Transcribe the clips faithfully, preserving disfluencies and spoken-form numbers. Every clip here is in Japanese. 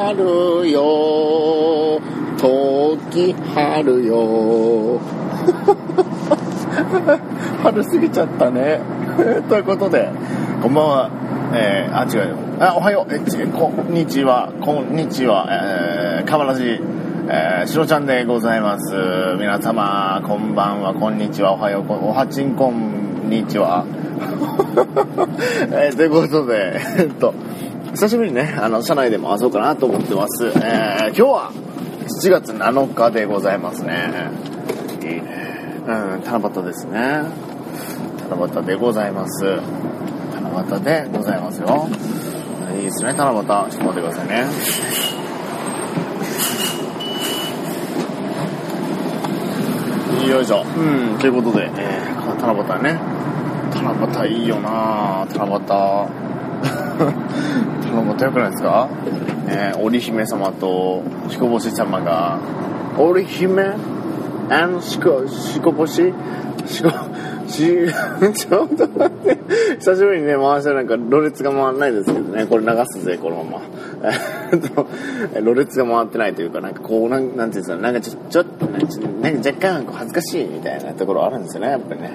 春よ時春よ春過ぎちゃったねということで、こんばんは、えー、あ違うよあおはようえちこんにちはこんにちは、えー、かまらじ、えー、しろちゃんでございます。皆様こんばんは、こんにちは、おはよう、おはちんこんにちはえー、ということでえっと久しぶりにね、あの社内でも遊ぼうかなと思ってます。えー、今日はしちがつなのかでございますね。いいね、うん、七夕ですね。七夕でございます。七夕でございますよ。いいですね、七夕。ちょっと待ってくださいね。よいしょ。うん、ということで、えー、七夕ね。七夕いいよなぁ、七夕。七夕よくないですか？えー、織姫様と彦星様が、織姫&彦星彦しちょっと待って、久しぶりにね回したらなんかろれつが回らないですけどね、これ流すぜこのままえっとろれつが回ってないというか、なんかこうなんなんていうんですか、なんかちょちょっとなんか若干こう恥ずかしいみたいなところあるんですよね、やっぱりね。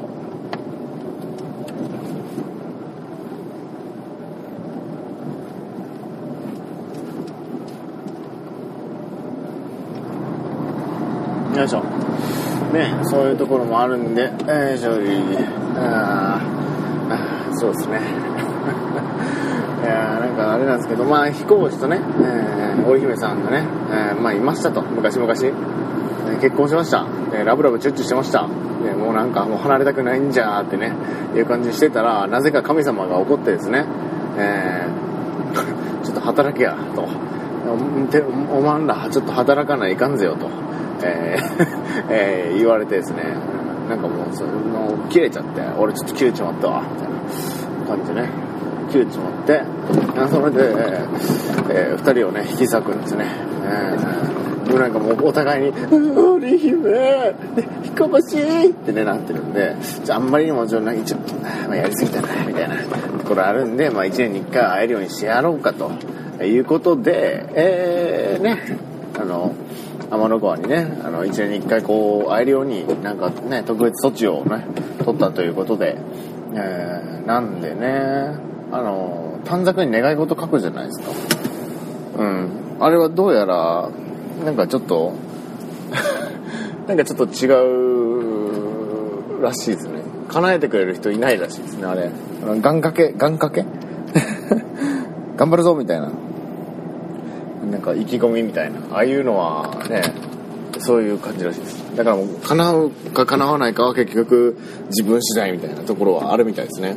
よいしょね、そういうところもあるんで、えー、しょああそうですねいやなんかあれなんですけど、まあ彦星とね、えー、織姫さんがね、えー、まあいましたと、昔々、えー、結婚しました、えー、ラブラブチュッチュしてました、でもうなんかもう離れたくないんじゃーってねいう感じしてたら、なぜか神様が怒ってですね、えー、ちょっと働けやと、お, おまんらちょっと働かないかんぜよと、えーえー、言われてですね、なんかもうその切れちゃって、俺ちょっと切れちまったわみたいな感じでね、切れちまって、それで、えー、ふたりをね引き裂くんですね。えー、なんかもうお互いに織姫彦星ってねなってるんで、じゃああんまりにもちょっとなんかちょっと、まあ、やりすぎたなみたいなところあるんで、まあいちねんにいっかい会えるようにしてやろうかということで、えー、ねあの天の川にね、あのいちねんにいっかいこう会えるようになんかね特別措置をね取ったということで、えー、なんでね、あの短冊に願い事書くじゃないですか。うん、あれはどうやらなんかちょっとなんかちょっと違うらしいですね。叶えてくれる人いないらしいですね、あれ。あの願掛け願掛け頑張るぞみたいな、なんか意気込みみたいな、ああいうのはねそういう感じらしいです。だからもう叶うか叶わないかは結局自分次第みたいなところはあるみたいですね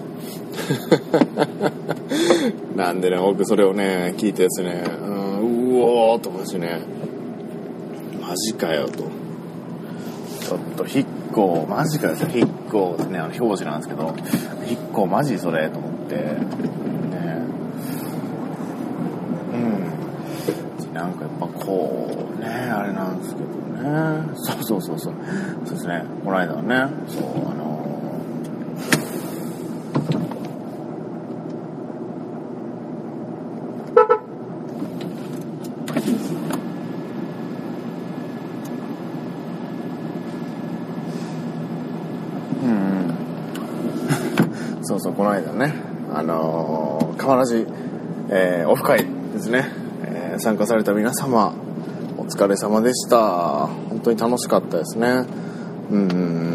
なんでね、僕それをね聞いてですね、うん、うおーと思うしね、マジかよと、ちょっと筆行マジかよ、筆行ですね、あの表示なんですけど、筆行マジそれと思ってね、うん、なんかやっぱこうねあれなんですけどね、そうそうそうそうそうですね、この間はね、そうあのそうそうこの間ね、あのー、河原寺、えー、オフ会ですね、えー、参加された皆様お疲れ様でした。本当に楽しかったですね。うんうん、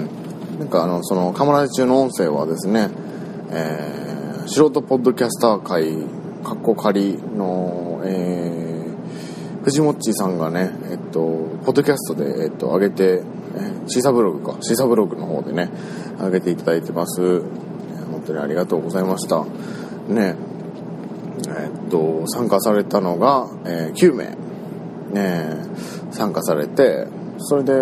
なんかあのその河原寺中の音声はですね、えー、素人ポッドキャスター会カッコ仮の、えー、藤もっちさんがね、えっとポッドキャストでえっと上げて、えー、シーサブログかシーサブログの方でね上げていただいてます。本当にありがとうございましたね。えー、っと参加されたのが、えー、きゅうめいね参加されて、それで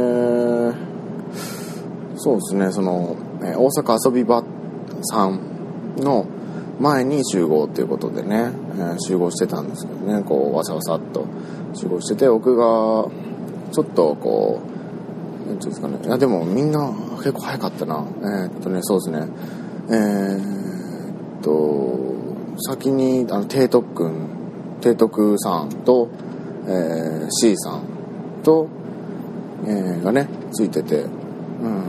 そうですね、その、えー、大阪遊び場さんの前に集合ということでね、えー、集合してたんですけどね、こうわさわさっと集合してて、僕がちょっとこうなんていうんですかね、いやでもみんな結構早かったな。えー、っとねそうですねえー、っと先にあの提督くん提督さんと、えー、C さんと、えー、がねついてて、うんうんうん、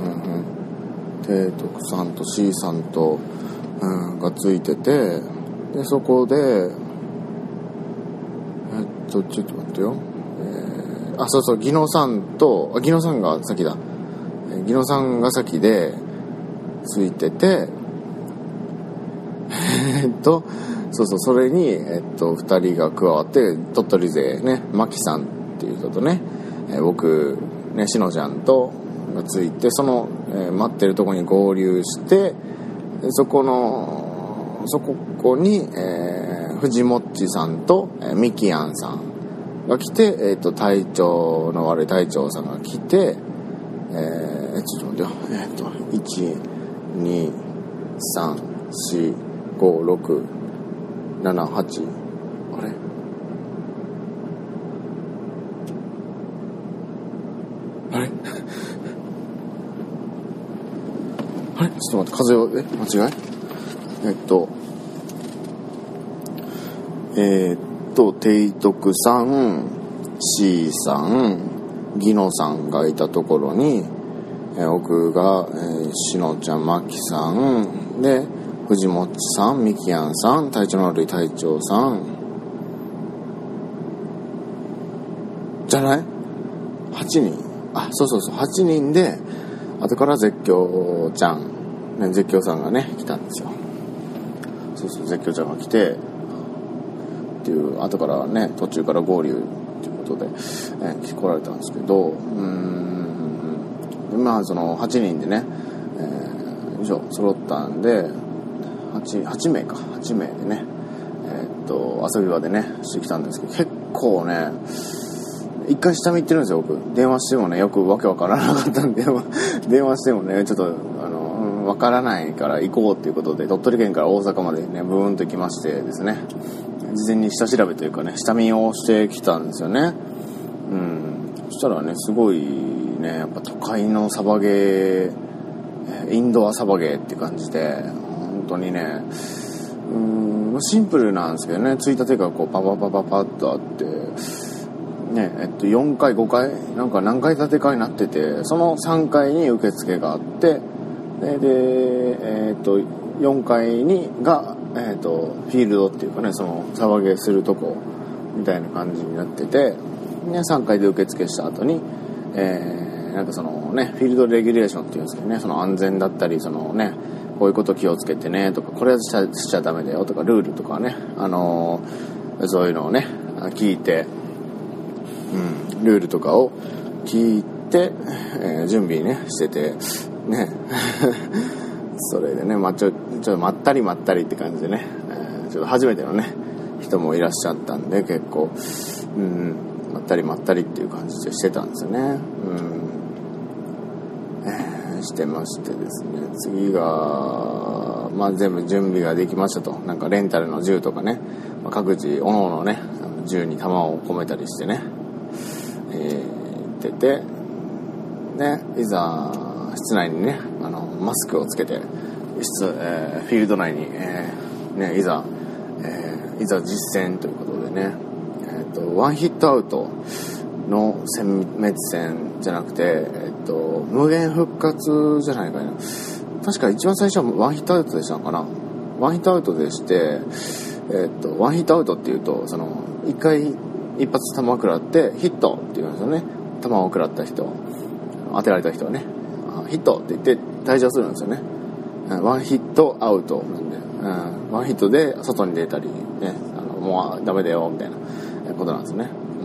提督さんと C さんと、うん、がついてて、でそこでえっとちょっと待ってよ、えー、あそうそう技能さんと技能さんが先だ技能さんが先でついててえっとそうそうそれにえっとふたりが加わって鳥取勢ねマキさんっていう人とね、えー、僕ねしのちゃんとがついてその、えー、待ってるとこに合流してそこのそこに、えー、藤もっちさんと、えー、ミキアンさんが来て、えー、と体調の悪い隊長さんが来て、えー、ちょっと待ってよ、えー、といち、に、さん、よん、ご、ろく、なな、はちあれあれあれちょっと待って風をえ間違いえっとえー、っと提督さん C さん技能さんがいたところに、えー、僕が、えー、しのちゃんまきさんで藤もっちさんみきやんさん体調の悪い隊長さんじゃないはちにんあそうそうそうはちにんで後から絶叫ちゃん、ね、絶叫さんがね来たんですよ。そうそう絶叫ちゃんが来てっていう後からね途中から合流っていうことで、えー、来られたんですけどうーんまあそのはちにんでね、えー、以上揃ったんで 8, 8名かはちめいでねえー、っと遊び場でねしてきたんですけど結構ね一回下見行ってるんですよ僕電話してもねよくわけわからなかったんで電話してもねちょっとあのわからないから行こうっていうことで鳥取県から大阪までねブーンと行きましてですね事前に下調べというかね下見をしてきたんですよね。うんそしたらねすごいねやっぱ都会のサバゲーインドアサバゲーって感じで本当にねうんシンプルなんですけどねついたてがこうパパパパパッとあってねえっと、よんかいごかいなんか何階建てかになっててそのさんかいに受付があってで、でえっとよんかいにが、えっと、フィールドっていうかねそのサバゲーするとこみたいな感じになってて、ね、さんかいで受付した後に、えー、なんかそのねフィールドレギュレーションっていうんですけどねその安全だったりそのねこういうこと気をつけてねとかこれはしちゃ、しちゃダメだよとかルールとかねあのー、そういうのをね聞いてうん、ルールとかを聞いて、えー、準備ねしててねそれでね、まあ、ちょちょっとまったりまったりって感じでね、えー、ちょっと初めてのね人もいらっしゃったんで結構、うん、まったりまったりっていう感じでしてたんですよね、うんえー、してましてですね次が、まあ、全部準備ができましたとなんかレンタルの銃とかね、まあ、各自おのおのね銃に弾を込めたりしてねえー、出てねいざ室内にねあのマスクをつけて室、えー、フィールド内に、えー、ねいざ、えー、いざ実践ということでね、えー、とワンヒットアウトの殲滅戦じゃなくて、えー、と無限復活じゃないかな確か一番最初はワンヒットアウトでしたのかなワンヒットアウトでして、えー、とワンヒットアウトっていうとその一回一発弾を食らってヒットって言うんですよね弾を食らった人当てられた人はねヒットって言って退場するんですよねワンヒットアウトなんで、うん、ワンヒットで外に出たり、ね、あのもうダメだよみたいなことなんですね、うん、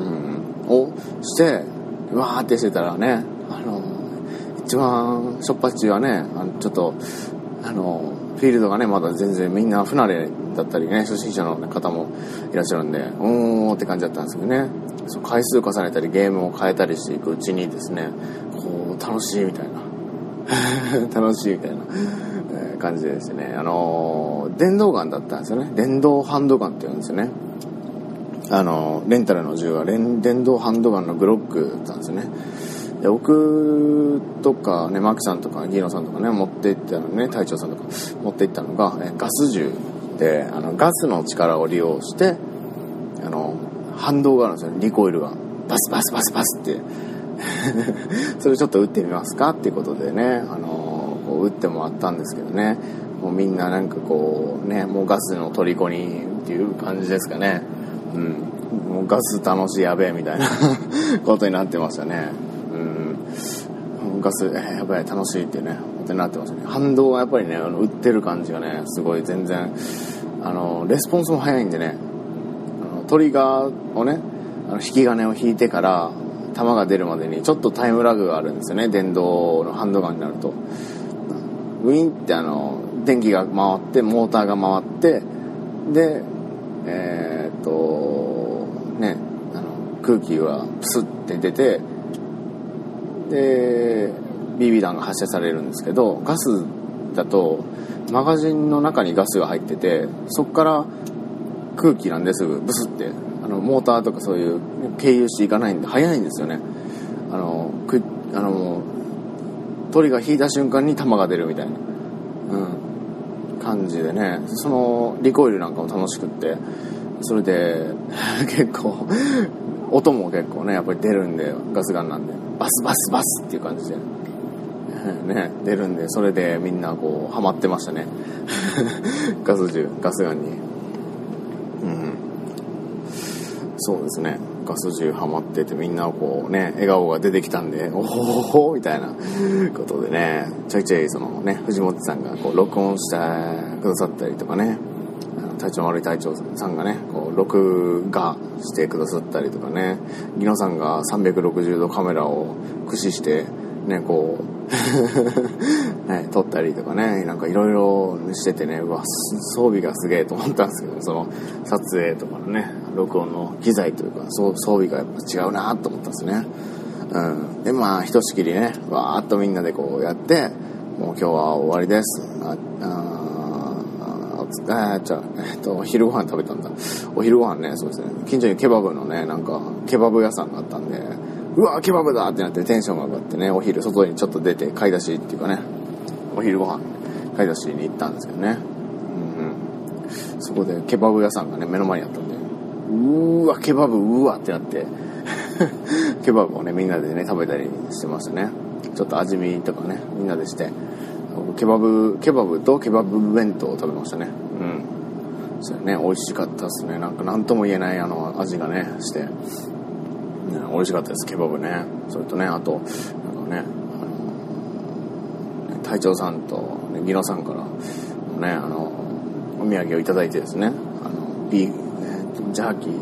をしてわーってしてたらねあの一番しょっぱちはねあのちょっとあのフィールドがねまだ全然みんな不慣れだったりね初心者の方もいらっしゃるんでおーって感じだったんですけどねそう回数重ねたりゲームを変えたりしていくうちにですねこう楽しいみたいな楽しいみたいな感じでですねあのー、電動ガンだったんですよね電動ハンドガンって言うんですよねあのー、レンタルの銃は電動ハンドガンのグロックだったんですよねで僕とかねマキさんとかギーノさんとかね持っていったのね隊長さんとか持っていったのが、えガス銃であのガスの力を利用してあの反動があるんですよ、リコイルがバスバスバスバスってそれちょっと打ってみますかっていうことでね、あのー、こう打ってもらったんですけどね、もうみんななんかこうね、もうガスの虜にっていう感じですかね。うん、もうガス楽しいやべえみたいなことになってましたね。うん、ガスやべえ楽しいってねことになってましたね。反動がやっぱりね、あの打ってる感じがね、すごい全然あのレスポンスも早いんでね、あのトリガーをね、あの引き金を引いてから弾が出るまでにちょっとタイムラグがあるんですよね。電動のハンドガンになるとウィンってあの電気が回ってモーターが回ってでえー、っとねあの空気がプスって出てで ビービー 弾が発射されるんですけど、ガスだとマガジンの中にガスが入ってて、そこから空気なんですぐブスってあのモーターとかそういう経由していかないんで早いんですよね。あのくあの鳥が引いた瞬間に弾が出るみたいな、うん、感じでね、そのリコイルなんかも楽しくって、それで結構音も結構ねやっぱり出るんで、ガスガンなんでバスバスバスっていう感じでね出るんで、それでみんなこうハマってましたねガス銃ガスガンに。そうですね、ガス銃ハマっててみんなこうね笑顔が出てきたんで、おほほみたいなことでね、ちょいちょいそのね藤本さんがこう録音してくださったりとかね、体調悪い隊長さんがねこう録画してくださったりとかね、ギノさんがさんびゃくろくじゅうどカメラを駆使してねこうね撮ったりとかね、なんかいろいろしててね、うわ装備がすげえと思ったんですけど、その撮影とかのね録音の機材というか装備がやっぱ違うなと思ったんですね。うん、でまあひとしきりねわーっとみんなでこうやって、もう今日は終わりです。ああじゃあ、えっと、お昼ご飯食べたんだ。お昼ご飯ね、そうですね。近所にケバブのね、なんか、ケバブ屋さんがあったんで、うわケバブだってなってテンションが上がってね、お昼外にちょっと出て買い出しっていうかね、お昼ご飯買い出しに行ったんですけどね。うんうん、そこでケバブ屋さんがね、目の前にあったんで、うーわケバブうわってなって、ケバブをね、みんなでね、食べたりしてましたね。ちょっと味見とかね、みんなでして、ケバブ、ケバブとケバブ弁当を食べましたね。うん。それね、美味しかったですね。なんか何とも言えないあの味がね、して、ね、美味しかったです、ケバブね。それとね、あと、なんかね、あの、隊長さんと、ね、ギノさんから、ね、あの、お土産をいただいてですね、あの、ビー、えー、ジャーキー、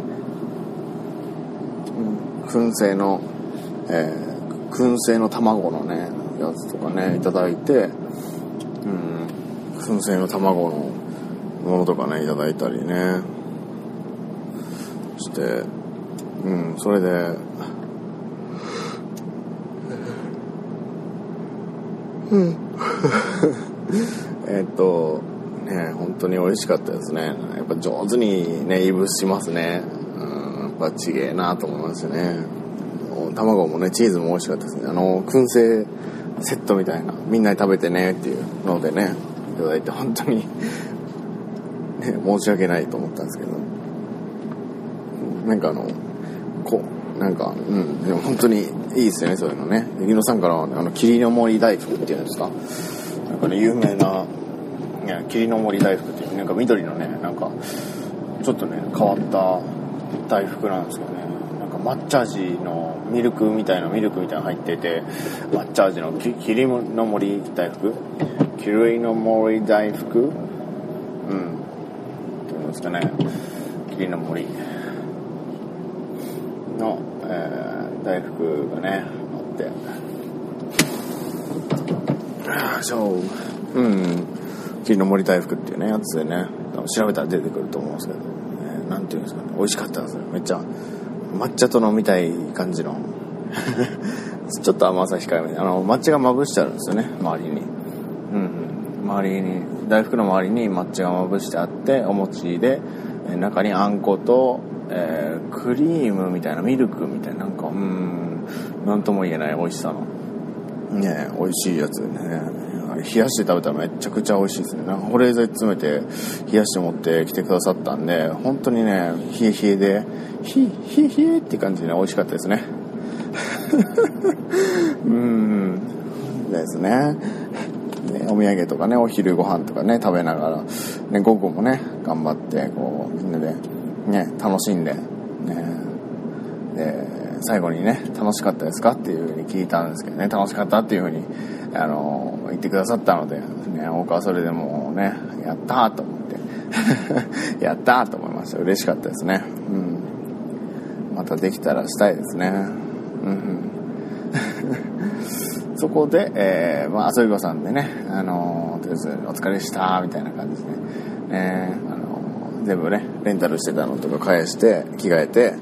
燻製の、えー、燻製の卵のね、やつとかね、いただいて、うん、燻製の卵のものとかねいただいたりねして、うん、それでうんえっとね本当に美味しかったですね。やっぱ上手にねいぶしますね。うん、やっぱちげえなと思いますよね。卵もねチーズも美味しかったですね。あの燻製セットみたいな、みんなで食べてねっていうのでねいただいて、本当に、ね、申し訳ないと思ったんですけど、なんかあのこうなんかうんでも本当にいいですよね、そういうのね。ギノさんからは、ね、あの霧の森大福っていうんですか、なんかね有名な、ね、霧の森大福っていうなんか緑のねなんかちょっとね変わった大福なんですよね。抹茶味のミルクみたいなミルクみたいなの入ってて、抹茶味の霧の森大福霧の森大福うんどういうんですかね、霧の森の、えー、大福がねあってそううん霧の森大福っていうねやつでね調べたら出てくると思うんですけど、ね、なんていうんですかね、美味しかったですね。めっちゃ抹茶と飲みたい感じのちょっと甘さ控えめで、あの抹茶がまぶしてあるんですよね、周りに。うん、周りに大福の周りに抹茶がまぶしてあって、お餅で中にあんこと、えー、クリームみたいなミルクみたいな、なんかうんなんとも言えない美味しさのね美味しいやつでね、 冷やして食べたらめちゃくちゃ美味しいですね。なんか保冷剤詰めて冷やして持ってきてくださったんで、本当にね冷え冷えでひ冷え冷えって感じで、ね、美味しかったですねうんですね。ね、お土産とかね、お昼ご飯とかね食べながら、ね、午後もね頑張ってこうみんなでね楽しんで、ね、で最後にね楽しかったですかっていう風に聞いたんですけどね、楽しかったっていう風にあの言ってくださったので、ね、僕はそれでもうねやったーと思ってやったーと思いました。嬉しかったですね。うん、またできたらしたいですね。うんそこで、えー、まあ遊び場さんでね、あのー、とりあえずお疲れしたみたいな感じで、ね、あのー、全部ねレンタルしてたのとか返して着替えて、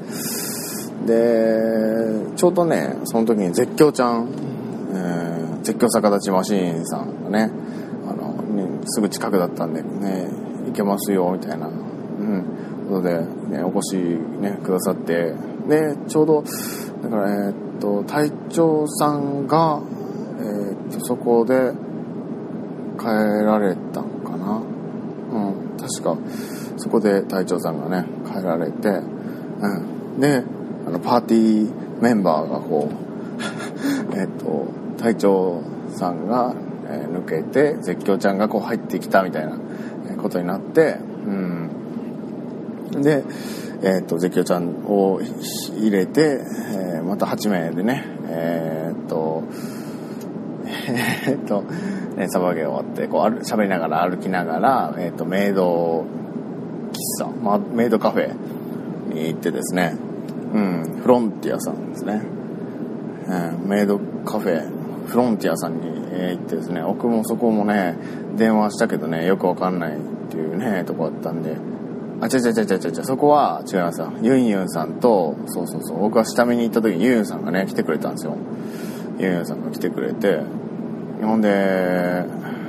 でちょうどねその時に絶叫ちゃん、えー、絶叫逆立ちマシーンさんがね、あのねすぐ近くだったんでね行けますよみたいな、うん、ことで、ね、お越し、ね、くださって、でちょうどだからえー、っと隊長さんがえー、っとそこで帰られたのかな、うん、確かそこで隊長さんがね帰られて、うん、であのパーティーメンバーがこうえっと隊長さんが、えー、抜けて絶叫ちゃんがこう入ってきたみたいなことになって、うん、で、えっと絶叫ちゃんを入れて、えー、またはちめいでねえー、っとえっとねサバゲー終わってこう喋りながら歩きながら、えー、っとメイド喫茶、まあ、メイドカフェに行ってですね、うん、フロンティアさんですね、えー、メイドカフェフロンティアさんに、えー、行ってですね、僕もそこもね電話したけどねよくわかんないっていうねとこだったんで、あちゃちゃちゃちゃちゃちゃそこは違いますよ。ユンユンさんとそうそうそう僕が下見に行った時にユンユンさんがね来てくれたんですよ。ユンユンさんが来てくれて、ほんで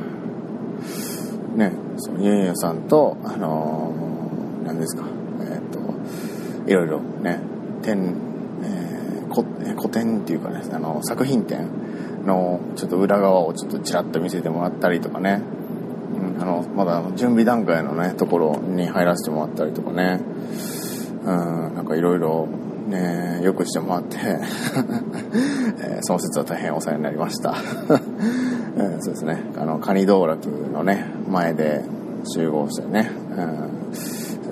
ねそうユンユンさんとあのー、何ですかえっ、ー、といろいろね展、えー、古典っていうかねあの作品展のちょっと裏側をちょっとちらっと見せてもらったりとかね、うん、あのまだ準備段階のねところに入らせてもらったりとかね、うん、なんかいろいろねよくしてもらって、えー、その説は大変お世話になりました、えー、そうですねあのカニ道楽のね前で集合してね、うん、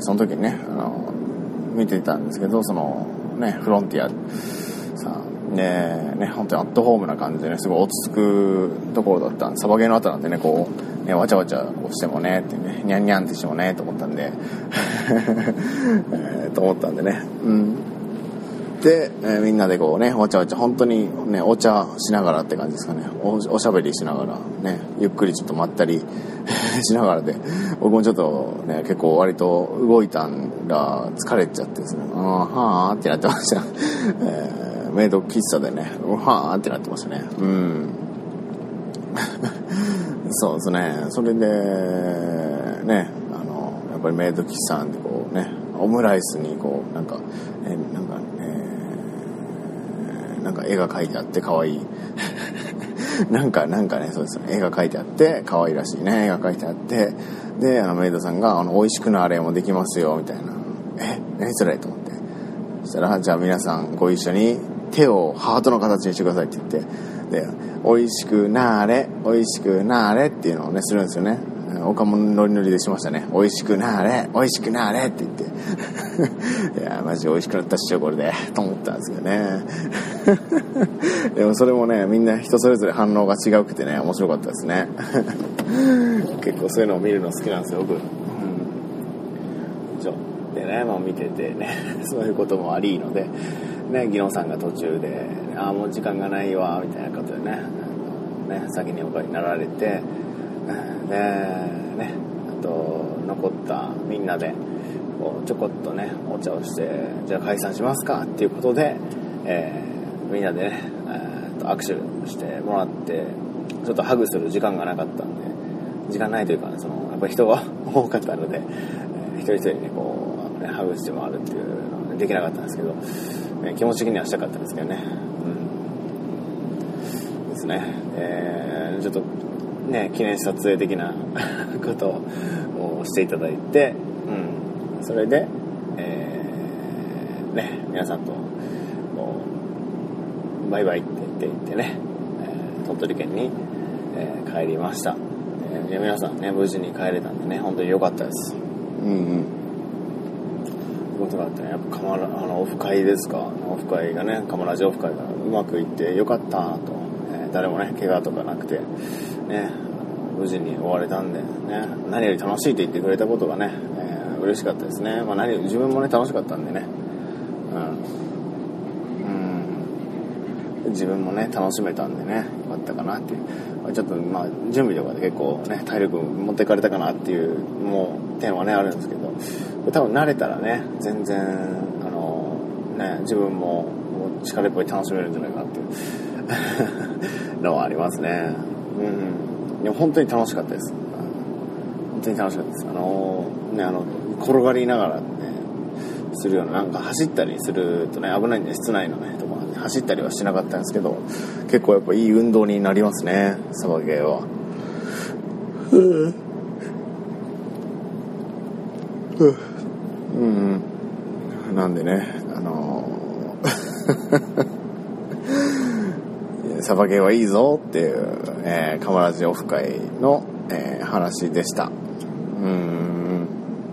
その時にねあの見てたんですけど、そのねフロンティアさねね本当にアットホームな感じでねすごい落ち着くところだったんで、サバゲーの後なんでねこうねわちゃわちゃしてもねってねニャンニャンってしてもねと思ったんで、えー、と思ったんでね、うんで、えー、みんなでこうねわちゃわちゃ本当にねお茶しながらって感じですかね、 お, おしゃべりしながらねゆっくりちょっとまったりしながらで、僕もちょっとね結構割と動いたんが疲れちゃってですね、あーはーってなってました、えー、メイド喫茶でねはーってなってましたね、うんそうですね。それでねあのやっぱりメイド喫茶なんでこうねオムライスにこうなんか、えー、なんかなんか絵が描いてあって可愛いなんかなんかねそうですね絵が描いてあって可愛らしいね絵が描いてあって、であのメイドさんがあの美味しくなあれもできますよみたいな、え何それと思って、そしたらじゃあ皆さんご一緒に手をハートの形にしてくださいって言って、で美味しくなあれ美味しくなあれっていうのをねするんですよね。岡もノリノリでしましたね。美味しくなあれ美味しくなあれって言っていやマジ美味しくなったっしょこれでと思ったんですけどねでもそれもねみんな人それぞれ反応が違うくてね面白かったですね結構そういうのを見るの好きなんですよ僕、うん、でねもう見ててねそういうこともありのでねギノさんが途中でああもう時間がないわみたいなことでねね先にお帰りになられてでねあと残ったみんなでこうちょこっとねお茶をしてじゃあ解散しますかっていうことで、えー、みんなでね、えー、と握手してもらってちょっとハグする時間がなかったんで、時間ないというか、ね、そのやっぱり人が多かったので、えー、一人一人にねこうねハグしてもらうっていうのは、ね、できなかったんですけど、えー、気持ち的にはしたかったんですけどね、うん、ですね、えー、ちょっとね、記念撮影的なことをしていただいて、うん、それで、えー、ね、皆さんとバイバイって言って言ってね、えー、鳥取県に、えー、帰りました。えー、皆さんね、無事に帰れたんでね、本当に良かったです。うんうん。ことがあってね、やっぱカマラあのオフ会ですか、オフ会がね、カマラジオフ会がうまくいって良かったと、えー、誰もね怪我とかなくてね、無事に終われたんでね、何より楽しいって言ってくれたことがね、えー、嬉しかったですね。まあ何より自分もね楽しかったんでね、うん、うん、自分もね楽しめたんでね、よかったかなっていう、まあ、ちょっとまあ準備とかで結構ね体力持っていかれたかなっていうもう点はねあるんですけど、多分慣れたらね全然あのね自分も力いっぱい楽しめるんじゃないかなっていうのはありますね。うん、でも本当に楽しかったです。本当に楽しかったです。あのねあの転がりながらねするような、なんか走ったりするとね危ないんで室内のねところに走ったりはしなかったんですけど、結構やっぱいい運動になりますね、サバゲーは。うんうんうん、なんでね、あのー、サバゲーはいいぞっていう、えー、カマラジオフ会の、えー、話でした。うーん、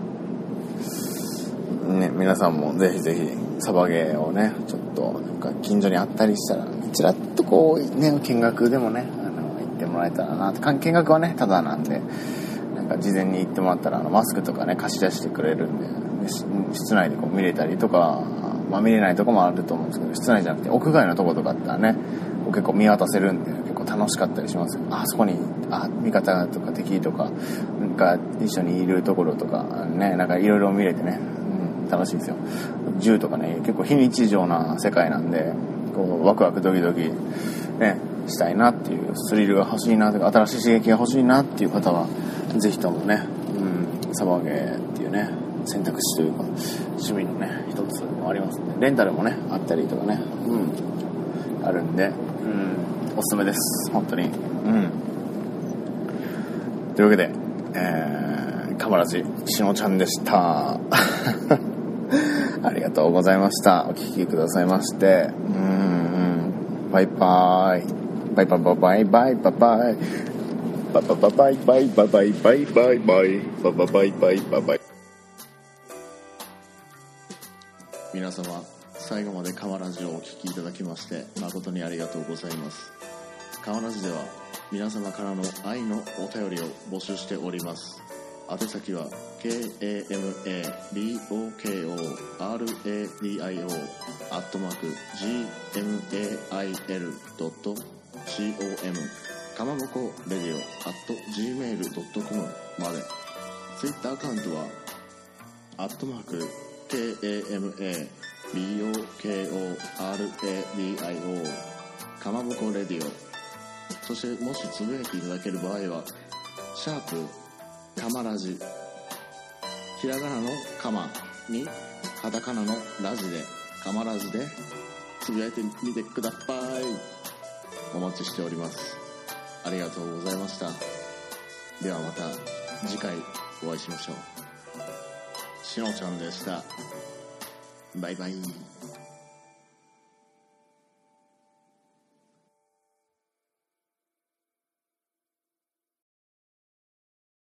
ね、皆さんもぜひぜひサバゲーをね、ちょっとなんか近所にあったりしたら、ちらっとこうね見学でもね、あの行ってもらえたらなって。見学はねただなんで。事前に行ってもらったらあのマスクとかね貸し出してくれるんで、室内でこう見れたりとか、まあ、見れないとこもあると思うんですけど、室内じゃなくて屋外のとことかだったらね結構見渡せるんで結構楽しかったりしますよ。あそこにあ味方とか敵とかなんか一緒にいるところとかね、なんかいろいろ見れてね、うん、楽しいですよ。銃とかね結構非日常な世界なんで、こうワクワクドキドキねしたいなっていう、スリルが欲しいなとか新しい刺激が欲しいなっていう方はぜひともね、うん、サバゲーっていうね選択肢というか趣味のね一つもありますんで、レンタルもねあったりとかね、うん、あるんで、うん、おすすめです本当に。うん、というわけで、えー、カマラジしのちゃんでしたありがとうございました。お聞きくださいまして、うん、うん、バイバイバイバイバイバイバイバイバイババババイバイババイバイバイバイバババイバイババイ。皆様最後までカマラジをお聞きいただきまして誠にありがとうございます。カマラジでは皆様からの愛のお便りを募集しております。宛先は ケーエーエムエービーオーケーオーアールエーディーアイオー アットマーク ジーエムエーアイエルドットコムかまぼこレディオ アットジーメールドットコム まで。ツイッターアカウントはアットマーク ケーエーエムエービーオーケーオーアールエーディーアイオー かまぼこレディオ。そしてもしつぶやいていただける場合はシャープかまラジ、ひらがなのかまにカタカナのラジでかまラジでつぶやいてみてください。お待ちしております。ありがとうございました。ではまた次回お会いしましょう。しのちゃんでした。バイバイ。